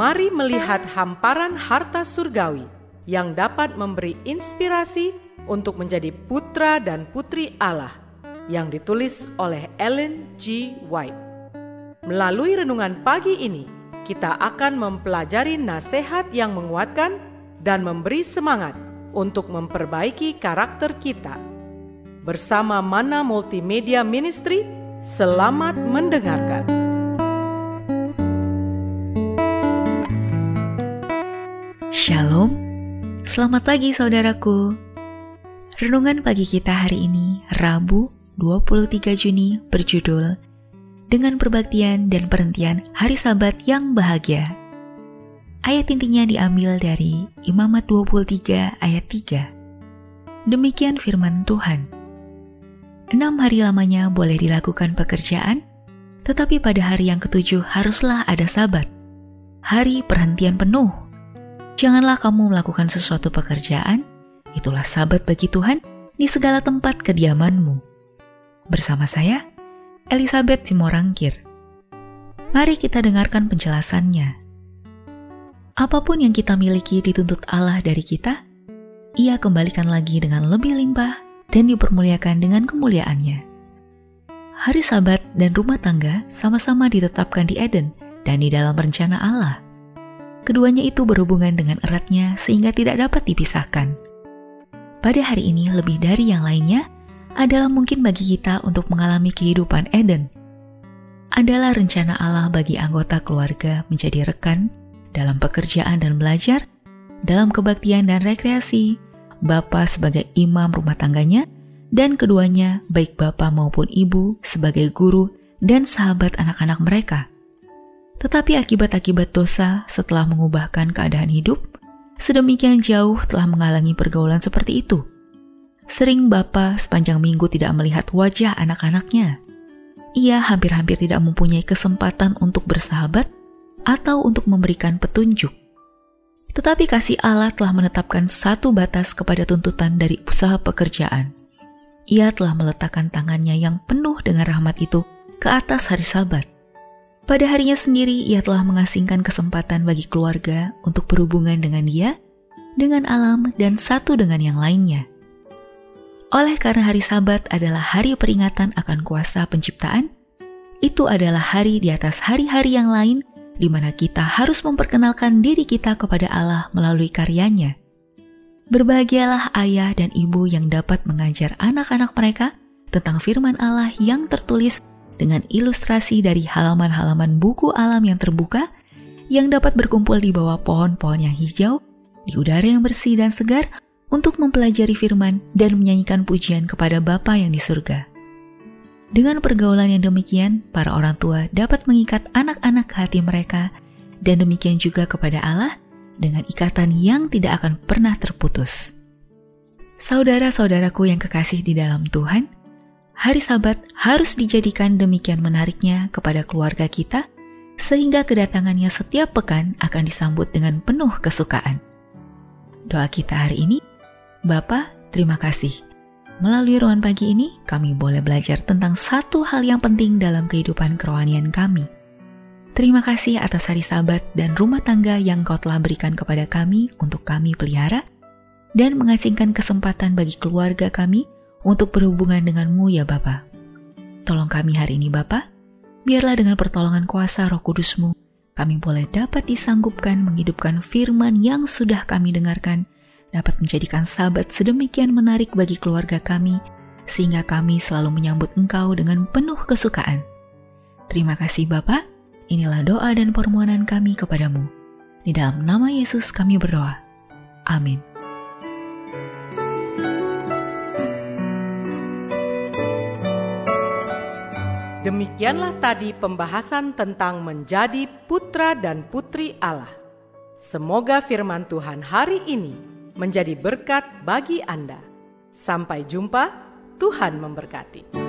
Mari melihat hamparan harta surgawi yang dapat memberi inspirasi untuk menjadi putra dan putri Allah, yang ditulis oleh Ellen G. White. Melalui renungan pagi ini, kita akan mempelajari nasihat yang menguatkan dan memberi semangat untuk memperbaiki karakter kita. Bersama Mana Multimedia Ministry, selamat mendengarkan. Shalom, selamat pagi saudaraku. Renungan pagi kita hari ini, Rabu 23 Juni berjudul Dengan Perbaktian dan Perhentian Hari Sabat yang Bahagia. Ayat intinya diambil dari Imamat 23 ayat 3. Demikian firman Tuhan. 6 hari lamanya boleh dilakukan pekerjaan, tetapi pada hari yang ketujuh haruslah ada sabat, hari perhentian penuh. Janganlah kamu melakukan sesuatu pekerjaan, itulah sabat bagi Tuhan di segala tempat kediamanmu. Bersama saya, Elizabeth Simorangkir. Mari kita dengarkan penjelasannya. Apapun yang kita miliki dituntut Allah dari kita, Ia kembalikan lagi dengan lebih limpah dan dipermuliakan dengan kemuliaannya. Hari Sabat dan rumah tangga sama-sama ditetapkan di Eden dan di dalam rencana Allah. Keduanya itu berhubungan dengan eratnya sehingga tidak dapat dipisahkan. Pada hari ini lebih dari yang lainnya adalah mungkin bagi kita untuk mengalami kehidupan Eden. Adalah rencana Allah bagi anggota keluarga menjadi rekan dalam pekerjaan dan belajar, dalam kebaktian dan rekreasi, bapa sebagai imam rumah tangganya, dan keduanya baik bapa maupun ibu sebagai guru dan sahabat anak-anak mereka. Tetapi akibat-akibat dosa setelah mengubahkan keadaan hidup, sedemikian jauh telah menghalangi pergaulan seperti itu. Sering bapa sepanjang minggu tidak melihat wajah anak-anaknya. Ia hampir-hampir tidak mempunyai kesempatan untuk bersahabat atau untuk memberikan petunjuk. Tetapi kasih Allah telah menetapkan satu batas kepada tuntutan dari usaha pekerjaan. Ia telah meletakkan tangannya yang penuh dengan rahmat itu ke atas hari Sabat. Pada harinya sendiri, ia telah mengasingkan kesempatan bagi keluarga untuk berhubungan dengan dia, dengan alam, dan satu dengan yang lainnya. Oleh karena hari Sabat adalah hari peringatan akan kuasa penciptaan, itu adalah hari di atas hari-hari yang lain, di mana kita harus memperkenalkan diri kita kepada Allah melalui karyanya. Berbahagialah ayah dan ibu yang dapat mengajar anak-anak mereka tentang firman Allah yang tertulis dengan ilustrasi dari halaman-halaman buku alam yang terbuka, yang dapat berkumpul di bawah pohon-pohon yang hijau, di udara yang bersih dan segar, untuk mempelajari firman dan menyanyikan pujian kepada Bapa yang di surga. Dengan pergaulan yang demikian, para orang tua dapat mengikat anak-anak hati mereka, dan demikian juga kepada Allah, dengan ikatan yang tidak akan pernah terputus. Saudara-saudaraku yang kekasih di dalam Tuhan, hari Sabat harus dijadikan demikian menariknya kepada keluarga kita, sehingga kedatangannya setiap pekan akan disambut dengan penuh kesukaan. Doa kita hari ini, Bapa, terima kasih. Melalui renungan pagi ini, kami boleh belajar tentang satu hal yang penting dalam kehidupan kerohanian kami. Terima kasih atas hari Sabat dan rumah tangga yang Kau telah berikan kepada kami untuk kami pelihara, dan mengasingkan kesempatan bagi keluarga kami untuk berhubungan denganmu ya Bapa. Tolong kami hari ini Bapa, biarlah dengan pertolongan kuasa Roh Kudus-Mu, kami boleh dapat disanggupkan menghidupkan firman yang sudah kami dengarkan, dapat menjadikan Sabat sedemikian menarik bagi keluarga kami, sehingga kami selalu menyambut Engkau dengan penuh kesukaan. Terima kasih Bapa, inilah doa dan permohonan kami kepadamu. Di dalam nama Yesus kami berdoa. Amin. Demikianlah tadi pembahasan tentang menjadi putra dan putri Allah. Semoga firman Tuhan hari ini menjadi berkat bagi Anda. Sampai jumpa, Tuhan memberkati.